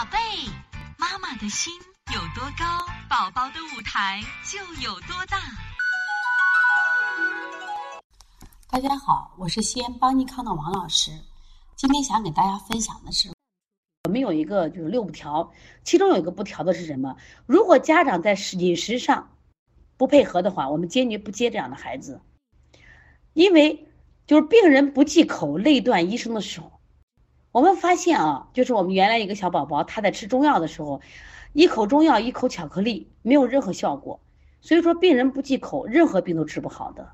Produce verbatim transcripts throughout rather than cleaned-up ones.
宝贝，妈妈的心有多高，宝宝的舞台就有多大。 大家好，我是西安邦尼康的王老师。今天想给大家分享的是，我们有一个就是六不调，其中有一个不调的是什么？如果家长在饮食上不配合的话，我们坚决不接这样的孩子。因为就是病人不忌口，累断医生的手。我们发现啊，就是我们原来一个小宝宝，他在吃中药的时候，一口中药一口巧克力，没有任何效果。所以说病人不忌口，任何病都治不好的。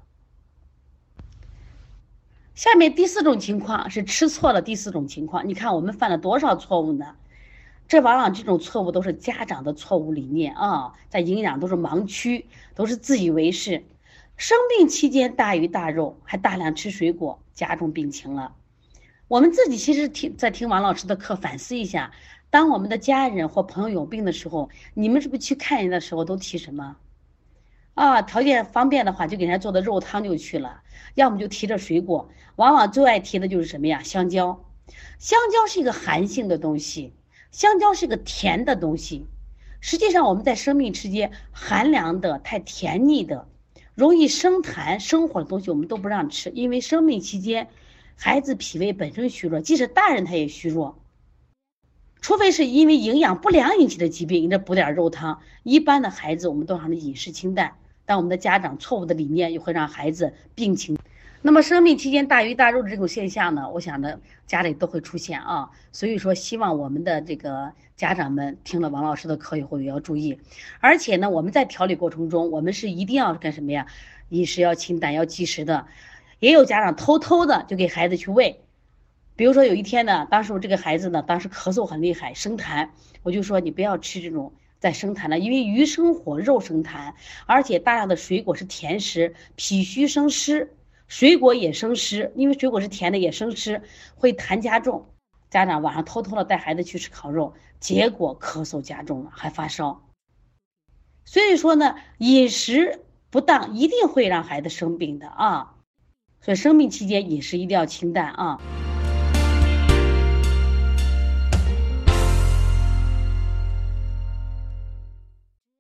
下面第四种情况是吃错了。第四种情况，你看我们犯了多少错误呢？这往往这种错误都是家长的错误理念啊，在营养都是盲区，都是自以为是。生病期间大鱼大肉，还大量吃水果，加重病情了。我们自己其实听在听王老师的课，反思一下，当我们的家人或朋友有病的时候，你们是不是去看人的时候都提什么？啊，条件方便的话，就给人家做的肉汤就去了，要么就提着水果，往往最爱提的就是什么呀？香蕉。香蕉是一个寒性的东西，香蕉是个甜的东西。实际上我们在生命期间，寒凉的、太甜腻的、容易生痰生火的东西，我们都不让吃，因为生命期间孩子脾胃本身虚弱，即使大人他也虚弱，除非是因为营养不良引起的疾病，你这补点肉汤。一般的孩子我们都让他饮食清淡，但我们的家长错误的理念又会让孩子病情。那么生命期间大鱼大肉的这种现象呢，我想呢家里都会出现啊。所以说希望我们的这个家长们听了王老师的课以后也要注意。而且呢我们在调理过程中，我们是一定要干什么呀？饮食要清淡，要及时的。也有家长偷偷的就给孩子去喂，比如说有一天呢，当时这个孩子呢，当时咳嗽很厉害，生痰，我就说你不要吃这种在生痰的，因为鱼生火，肉生痰，而且大量的水果是甜食，脾虚生湿，水果也生湿，因为水果是甜的也生湿，会痰加重。家长晚上偷偷的带孩子去吃烤肉，结果咳嗽加重了，还发烧。所以说呢，饮食不当一定会让孩子生病的啊。所以生病期间饮食一定要清淡啊。